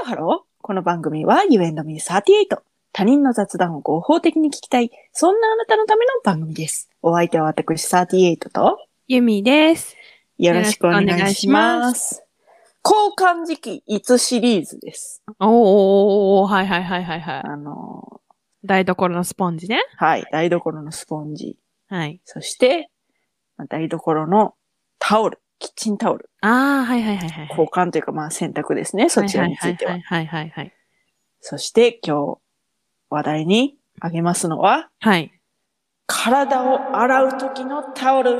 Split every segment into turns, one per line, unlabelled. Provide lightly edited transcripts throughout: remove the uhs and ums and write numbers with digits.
ローハロー。この番組は You and me38。他人の雑談を合法的に聞きたい。そんなあなたのための番組です。お相手は私38と
ユミです。
よろしくお願いします。交換時期いつシリーズです。
おー、はいはいはいはいはい。台所のスポンジね。
はい。台所のスポンジ。
はい。
そして、台所のタオル。キッチンタオル。
はいはいはいはい。
交換というか洗濯ですね。そちらについては。
はいはいはいはい。
そして今日話題にあげますのは、
はい。
体を洗う時のタオル。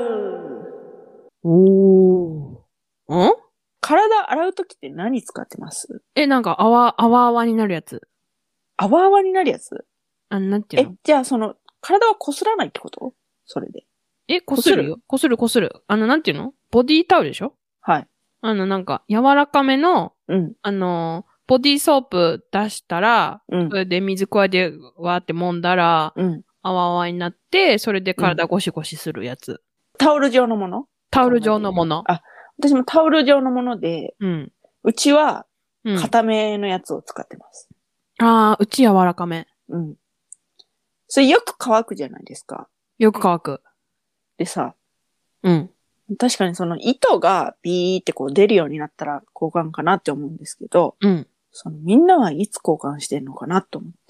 体洗う時って何使ってます？
なんか、泡になるやつ。
泡々になるやつ？
なんていうの？
じゃあ体は擦らないってこと？それで。
擦るよ。擦る。なんていうの？ボディータオルでしょ？
はい。
なんか、柔らかめの、ボディーソープ出したら、それで水加えてわーって揉んだら、泡々になって、それで体ゴシゴシするやつ。
タオル状のもの？
タオル状のもの。
私もタオル状のもので、うちは、固めのやつを使ってます。
うち柔らかめ。
それよく乾くじゃないですか。
よく乾く。
でさ、確かにその糸がビーってこう出るようになったら交換かなって思うんですけど、みんなはいつ交換してんのかなと思って。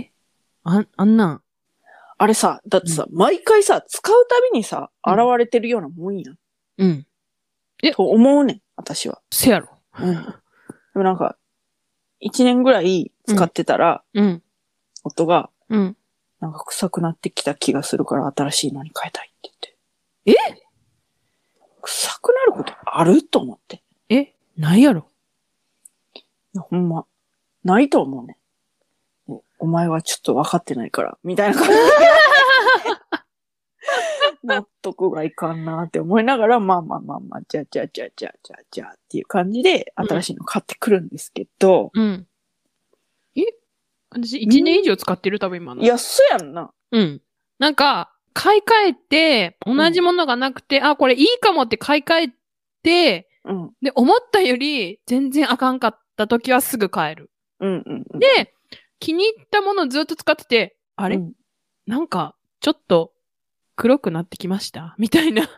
あんなん。
あれさ、だってさ、毎回さ、使うたびにさ、現れてるようなもんやん。と思うねん、私は。
せやろ。
でもなんか、1年ぐらい使ってたら、夫が、なんか臭くなってきた気がするから新しいのに変えたいって言って。臭くなることあると思って。
ないやろ。
いや、ほんま、ないと思うね。お前はちょっと分かってないから、みたいな感じで。納得がいかんなって思いながら、じゃあっていう感じで、新しいの買ってくるんですけど。
私1年以上使ってる、多分今の。
いや、そうやんな。
なんか、買い替えて、同じものがなくて、これいいかもって買い替えて、で、思ったより全然あかんかった時はすぐ買える。で、気に入ったものをずっと使ってて、あれ、なんか、ちょっと、黒くなってきましたみたいな。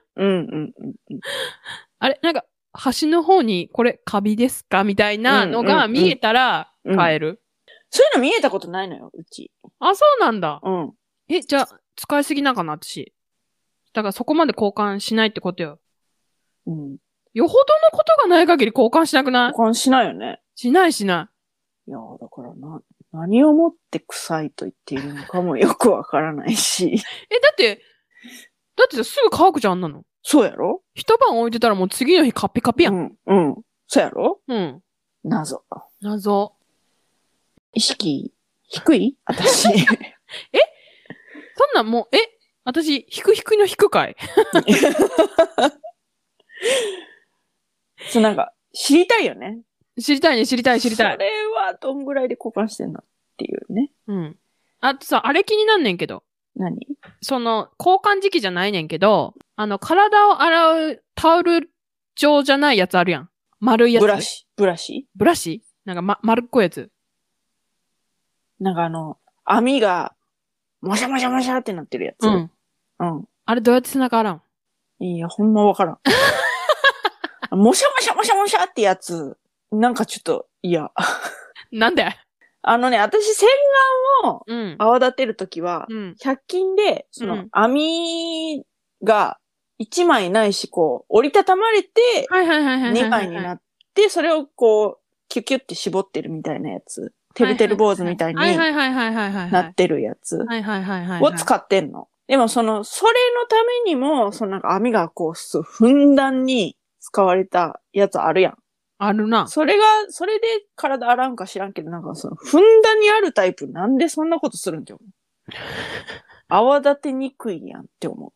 あれなんか、端の方に、これ、カビですかみたいなのが見えたら、買える。
そういうの見えたことないのよ、うち。
そうなんだ。じゃあ、使いすぎなんかな、私。だからそこまで交換しないってことよ。よほどのことがない限り交換しなくない？
交換しないよね。
しない。い
や、だから何をもって臭いと言っているのかもよくわからないし。
だってすぐ乾くじゃん、あんなの。
そうやろ？
一晩置いてたらもう次の日カピカピやん。
そうやろ？謎。意識低い？私。
そんなんもう、私、低の低かい。
なんか、知りたいよね。
知りたい。
それはどんぐらいで交換してんのっていうね。
あとさ、あれ気になんねんけど。
何？
交換時期じゃないねんけど、体を洗うタオル状じゃないやつあるやん。丸いやつ。
ブラシ
なんか丸っこいやつ。
なんか網が、もしゃもしゃもしゃってなってるやつ。
あれどうやって背中洗うん？
いや、ほんまわからん。もしゃもしゃもしゃもしゃってやつ、なんかちょっと嫌。
なんで？
私洗顔を泡立てるときは、100均で、網が1枚ないし、こう、折りたたまれて、2枚になって、それをこう、キュキュって絞ってるみたいなやつ。てるてる坊主みたいになってるやつを使ってんの。でもそれのためにも、なんか網がこう、ふんだんに使われたやつあるやん。
あるな。
それで体洗うんか知らんけど、なんかふんだんにあるタイプなんでそんなことするんって思う。泡立てにくいやんって思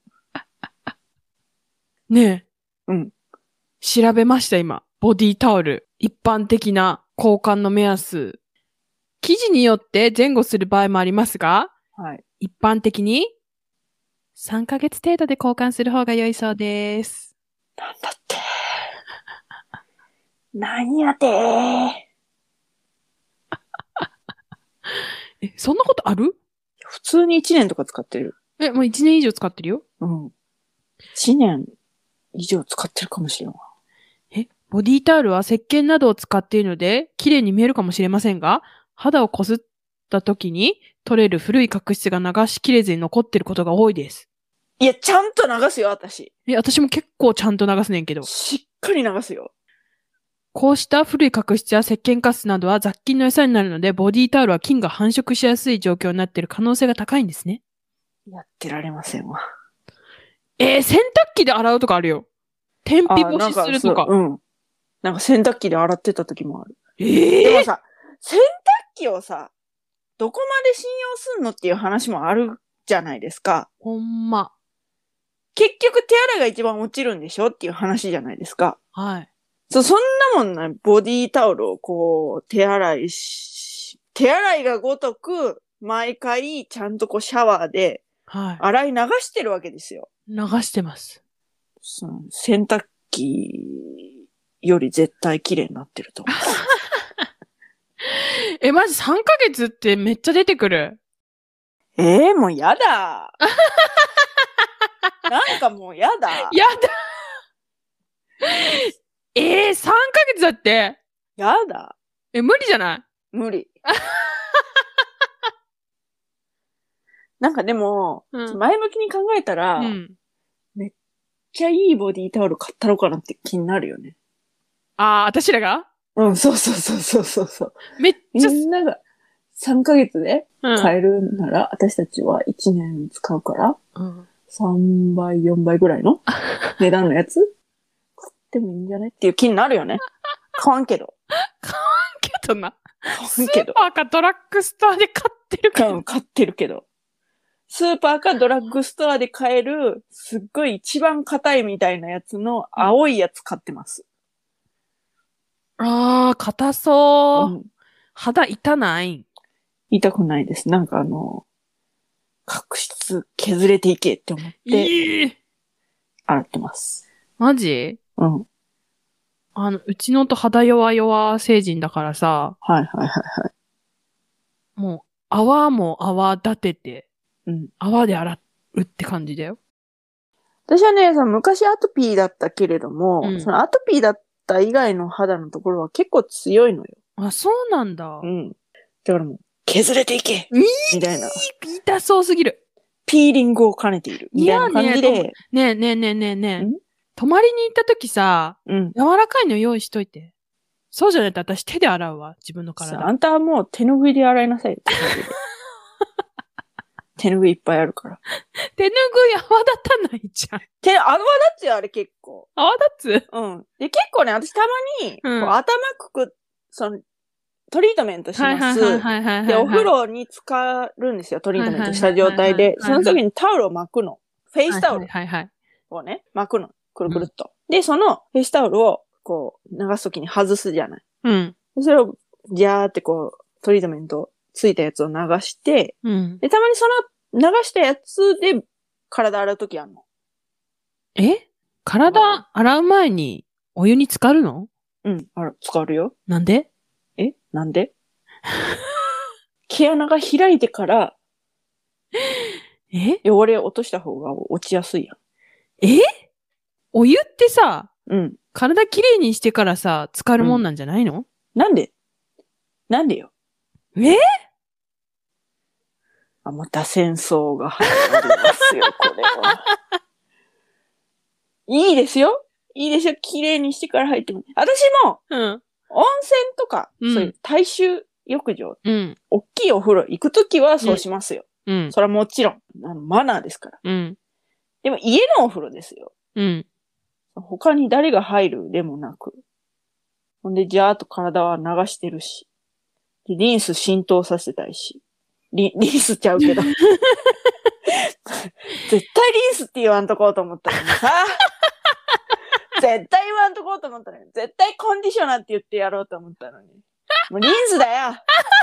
う。ね
え。
調べました、今。ボディタオル。一般的な交換の目安。生地によって前後する場合もありますが、一般的に3ヶ月程度で交換する方が良いそうです。
なんだって。 なんやてー。
そんなことある？
普通に1年とか使ってる。
もう1年以上使ってるよ。
うん。1年以上使ってるかもしれんわ。
ボディタオルは石鹸などを使っているので、綺麗に見えるかもしれませんが、肌をこすった時に取れる古い角質が流しきれずに残ってることが多いです。
いや、ちゃんと流すよ、私。
私も結構ちゃんと流すねんけど。
しっかり流すよ。
こうした古い角質や石鹸カスなどは雑菌の餌になるので、ボディタオルは菌が繁殖しやすい状況になっている可能性が高いんですね。
やってられませんわ。
洗濯機で洗うとかあるよ。天日干しするとか。
うん。なんか洗濯機で洗ってた時もある。でもさ、洗濯機をさ、どこまで信用すんのっていう話もあるじゃないですか。
ほんま。
結局手洗いが一番落ちるんでしょっていう話じゃないですか。
はい。
そんなもんな、ボディタオルをこう、手洗いがごとく、毎回ちゃんとこうシャワーで、洗い流してるわけですよ。
流してます。
洗濯機より絶対綺麗になってると思う。
マジ3ヶ月ってめっちゃ出てくる。
もうやだ。なんかもうやだ。
やだ。3ヶ月だって。
やだ。
無理じゃない？
無理。なんかでも、前向きに考えたら、めっちゃいいボディタオル買ったろうかなって気になるよね。
私らが？
うん、そう。
めっちゃ。
みんなが3ヶ月で買えるなら、私たちは1年使うから、3倍、4倍ぐらいの値段のやつ買ってもいいんじゃねっていう気になるよね。買わんけど。
買わんけどな。スーパーかドラッグストアで買ってるけど。
買ってるけど。スーパーかドラッグストアで買える、すっごい一番硬いみたいなやつの青いやつ買ってます。
硬そう。肌痛ない？
痛くないです。なんか角質削れていけって思って、洗ってます。
マジ？うん。うちの夫肌弱々成人だからさ。
はい。
もう、泡も泡立てて、泡で洗うって感じだよ。
私はね、昔アトピーだったけれども、そのアトピーだった以外の肌のところは結構強いのよ。
そうなんだ。
だからもう、削れていけみたいな。
痛そうすぎる。
ピーリングを兼ねている。みたいな感じで。
ねえ。泊まりに行った時さ、柔らかいの用意しといて。そうじゃないと私手で洗うわ、自分の体。
あんたはもう手拭いで洗いなさいよ。手拭いいっぱいあるから。
手拭い泡立たないじゃん。
泡立つよ、あれ結構。
泡立つ？
で、結構ね、私たまに、頭トリートメントします。で、お風呂に浸かるんですよ、トリートメントした状態で。その時にタオルを巻くの。フェイスタオルをね、巻くの。くるくるっと。で、そのフェイスタオルを、こう、流す時に外すじゃない。それを、ジャーってこう、トリートメントついたやつを流して、で、たまにその流したやつで体洗う時あるの。
体洗う前にお湯に浸かるの？
浸かるよ。
なんで？
なんで？毛穴が開いてから、汚れを落とした方が落ちやすいやん。
お湯ってさ、体きれいにしてからさ、浸かるもんなんじゃないの？
なんでよ。また戦争が始まりますよ、これは。いいですよ。きれいにしてから入っても。私も、温泉とか、そういう大衆浴場、大きいお風呂行くときはそうしますよ。それはもちろん、マナーですから。でも家のお風呂ですよ。他に誰が入るでもなく。ほんで、じゃーっと体は流してるし。でリンス浸透させたいし。リンスちゃうけど。絶対リンスって言わんとこうと思ったのにさ。絶対言わんとこうと思ったのに。絶対コンディショナーって言ってやろうと思ったのに。もうリンスだよ。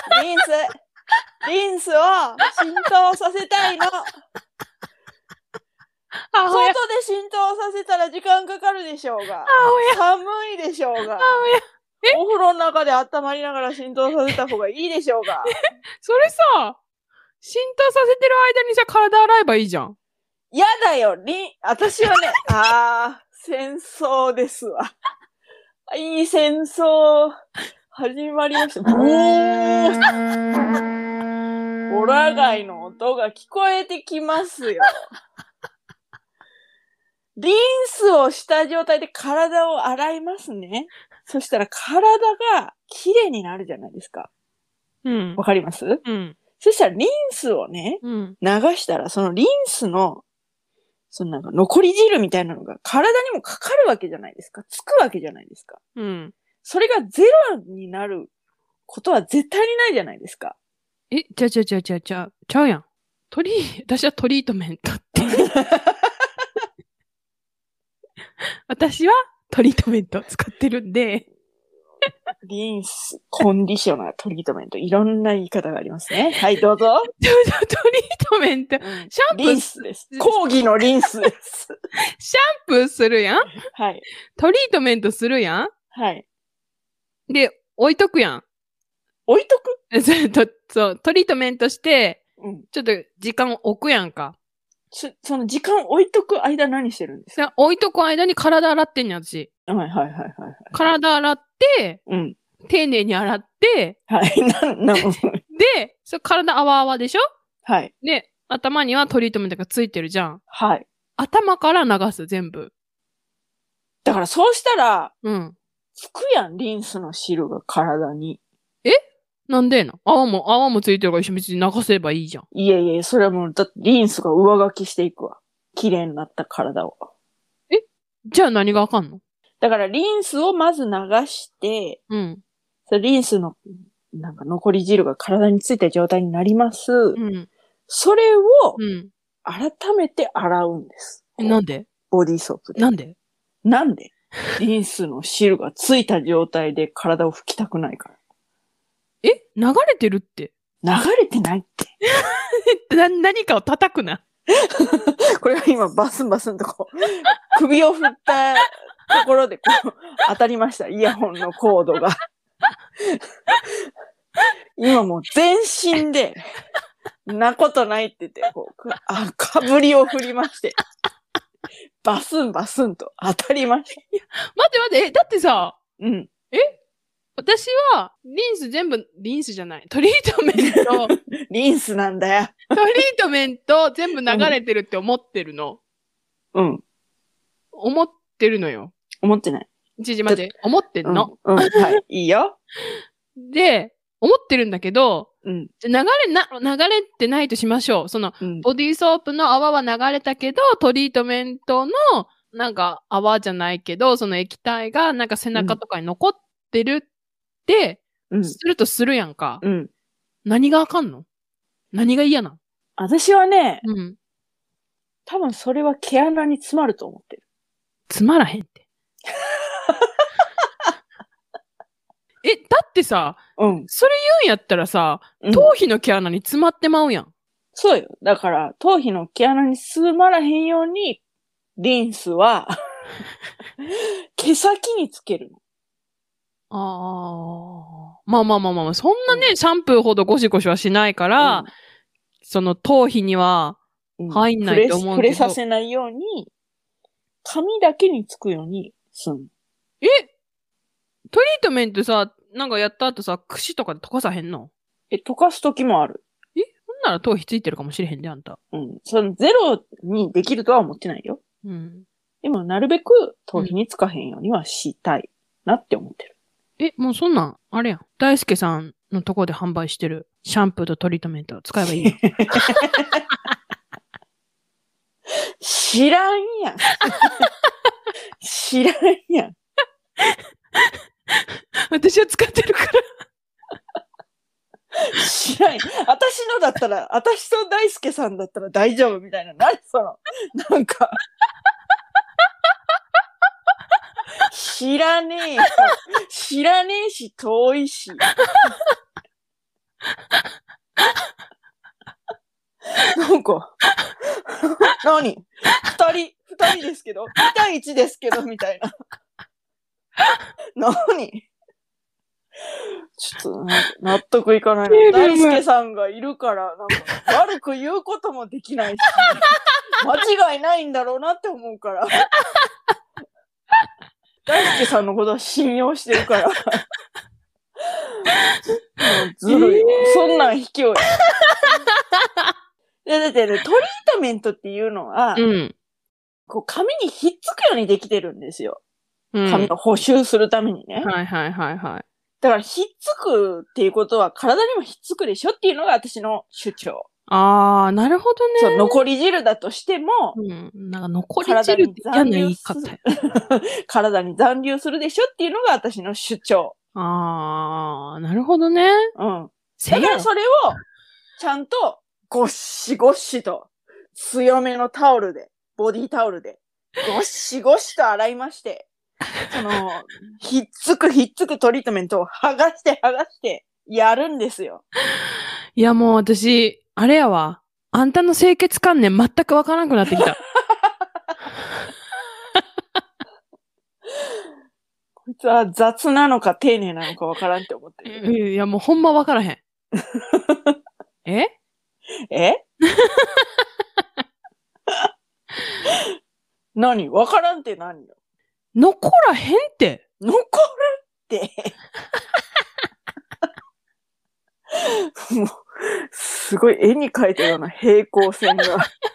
リンスを浸透させたいの。外で浸透させたら時間かかるでしょうが。寒いでしょうが。 お風呂の中で温まりながら浸透させた方がいいでしょうが。
それさ、浸透させてる間にさ、体洗えばいいじゃん。
やだよ、私はね、戦争ですわ。いい戦争、始まりました。ホラ貝の音が聞こえてきますよ。リンスをした状態で体を洗いますね。そしたら体が綺麗になるじゃないですか。
うん。
わかります？
うん。
そしたらリンスをね、流したら、そのリンスの、そのなんか残り汁みたいなのが体にもかかるわけじゃないですか。つくわけじゃないですか。
うん。
それがゼロになることは絶対にないじゃないですか。
ちゃうやん。私はトリートメントって。私はトリートメント使ってるんで。
リンス、コンディショナー、トリートメント、いろんな言い方がありますね。はい、どうぞ。
トリートメント。シャンプー。
リンスです。講義のリンスです。
シャンプーするやん？
はい。
トリートメントするやん？
はい。
で、置いとくやん。
置いとく？
そう、トリートメントして、ちょっと時間置くやんか。
その時間置いとく間何してるんですか？
置いとく間に体洗ってんねん、私。
はいはいはいはい。
体洗って、丁寧に洗って、
はい。
で、体あわあわでしょ？
はい。
で、頭にはトリートメントがついてるじゃん。
はい。
頭から流す、全部。
だからそうしたら、つくやん、リンスの汁が体に。
なんでな？泡もついてるから一緒に流せばいいじゃん。
いえいえ、それはもう、だってリンスが上書きしていくわ。綺麗になった体を。
じゃあ何があかんの？
だからリンスをまず流して、それリンスのなんか残り汁が体についた状態になります。それを、改めて洗うんです。
なんで？
ボディーソープで。
なんで
リンスの汁がついた状態で体を拭きたくないから。
流れてるって。
流れてないって。
何かを叩くな。
これが今バスンバスンとこう、首を振ったところでこう、当たりました。イヤホンのコードが。今もう全身で、なことないって言って、こう、かぶりを振りまして、バスンバスンと当たりました。
待って、だってさ、私は、リンスじゃない。トリートメント。
リンスなんだよ。
トリートメント全部流れてるって思ってるの。思ってるのよ。
思ってない。
待って、思ってんの。
はい、いいよ。
で、思ってるんだけど、流れてないとしましょう。ボディーソープの泡は流れたけど、トリートメントの、なんか泡じゃないけど、その液体がなんか背中とかに残ってるって、するとするやんか。何があかんの？何が嫌なの？
私はね、多分それは毛穴に詰まると思ってる。
詰まらへんって。だってさ、それ言うんやったらさ、頭皮の毛穴に詰まってまうやん。
そうよ。だから、頭皮の毛穴に詰まらへんように、リンスは、毛先につけるの。
まあ、そんなね、シャンプーほどゴシゴシはしないから、その頭皮には入んないと思うけど。
触れさせないように、髪だけにつくようにすん。
トリートメントさ、なんかやった後さ、櫛とかで溶かさへんの？
溶かすときもある。
ほんなら頭皮ついてるかもしれへんで、あんた。
そのゼロにできるとは思ってないよ。でも、なるべく頭皮につかへんようにはしたいなって思ってる。
もうそんなん、あれやん。大輔さんのとこで販売してるシャンプーとトリートメントを使えばいいの。
知らんやん。知らんやん。
私は使ってるから。
知らんやん。私のだったら、私と大輔さんだったら大丈夫みたいな。何その、なんか。知らねえよ。知らねえし、遠いし。なんか、何？二人ですけど、2対1ですけど、みたいな。何？ ちょっと納得いかないな。大輔さんがいるから、なんか悪く言うこともできないし、間違いないんだろうなって思うから。大輔さんのことは信用してるから。もうずるいわ。そんなん卑怯や。だってね、トリートメントっていうのは、こう髪にひっつくようにできてるんですよ。髪を補修するためにね。
はいはいはいはい。
だからひっつくっていうことは体にもひっつくでしょっていうのが私の主張。
ああ、なるほどね。
そう、残り汁だとしても、
なんか残り汁って嫌な言い方や。
体に残留するでしょっていうのが私の主張。
ああ、なるほどね。
だからそれを、ちゃんと、ゴッシゴッシと、強めのタオルで、ボディタオルで、ゴッシゴッシと洗いまして、ひっつくトリートメントを剥がして、やるんですよ。
いやもう私、あれやわ。あんたの清潔観念全くわからなくなってきた。
こいつは雑なのか丁寧なのかわからんって思ってる。
いやもうほんまわからへん。え
何わからんって何よ。
残らへんって。
残るって。もう、すごい絵に描いたような平行線が。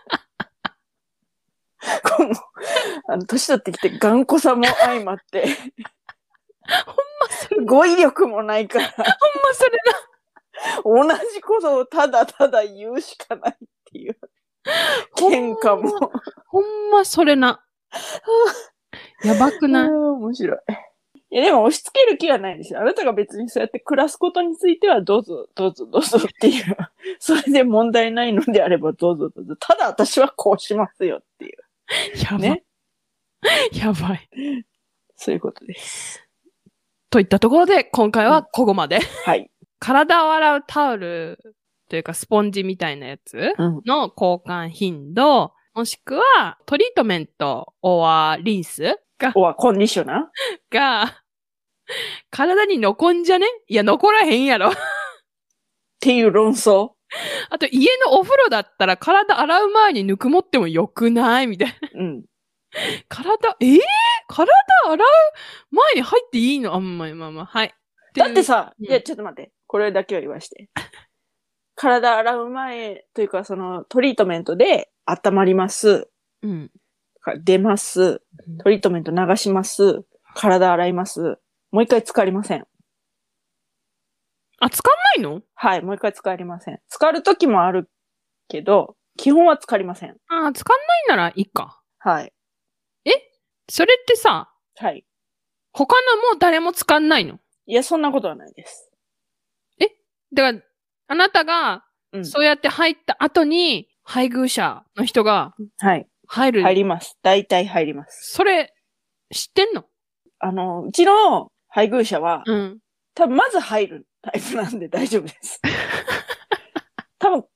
年取ってきて頑固さも相まって。
ほんまそれ。
語彙力もないから。ほんま
それ
な。同じことをただただ言うしかないっていう。喧嘩も。
ほんまそれな。やばくない？
面白い。いやでも押し付ける気はないですよ。あなたが別にそうやって暮らすことについてはどうぞっていう。それで問題ないのであればどうぞ。ただ私はこうしますよっていう。
やばい。ね、やばい。
そういうことです。
といったところで今回はここまで。
はい。
体を洗うタオルというかスポンジみたいなやつの交換頻度、もしくはトリートメントリンス
コンディショナ
ーが体に残んじゃね？いや、残らへんやろ。
っていう論争。
あと、家のお風呂だったら体洗う前にぬくもってもよくないみたいな。体洗う前に入っていいの？まあ、はい。
だってさ、いや、ちょっと待って。これだけは言わして。体洗う前というか、トリートメントで温まります。出ます。トリートメント流します。体洗います。もう一回浸かりません。
あ、浸かんないの？
はい、もう一回浸かりません。浸かるときもあるけど、基本は浸かりません。
あ、浸かんないならいいか。
はい。
それってさ、
はい。
他のもう誰も浸かんないの？
いや、そんなことはないです。
だから、あなたが、そうやって入った後に、配偶者の人が、
はい。
入
ります。大体入ります。
それ、知ってんの？
うちの配偶者は、多分まず入るタイプなんで大丈夫です。多分、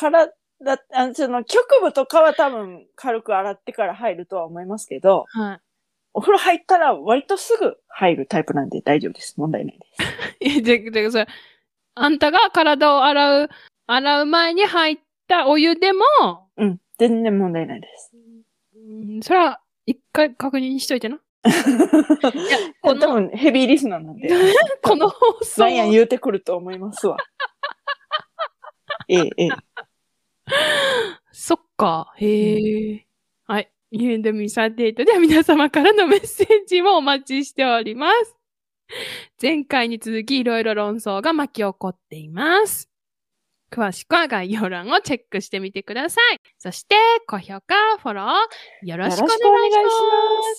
局部とかは多分軽く洗ってから入るとは思いますけど、お風呂入ったら割とすぐ入るタイプなんで大丈夫です。問題ないです。
で、それ、あんたが体を洗う前に入ったお湯でも、
全然問題ないです。
それは、一回確認しといてな。
多分ヘビーリスナーなんで。
この放送。
なんや言うてくると思いますわ。ええ。
そっか。へえ。はい。You and me38では皆様からのメッセージもお待ちしております。前回に続きいろいろ論争が巻き起こっています。詳しくは概要欄をチェックしてみてください。そして、高評価、フォロー、よろしくお願いします。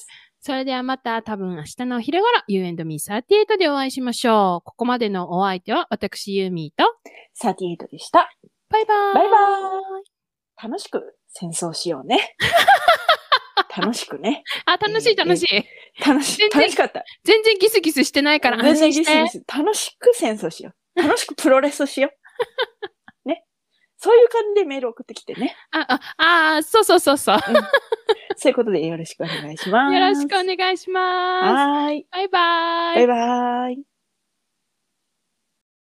それではまた多分明日のお昼頃、You and me38でお会いしましょう。ここまでのお相手は私ユーミーと
38でした。
バイバーイ。
バイバーイ。楽しく戦争しようね。楽しくね。
楽しい。楽しかった。全然ギスギスしてないから安心して。
楽しく戦争しよう。楽しくプロレスしよう。ね。そういう感じでメール送ってきてね。
そう。
そういうことでよろしくお願いします。
よろしくお願いします。
はい。
バイバーイ。
バイバーイ。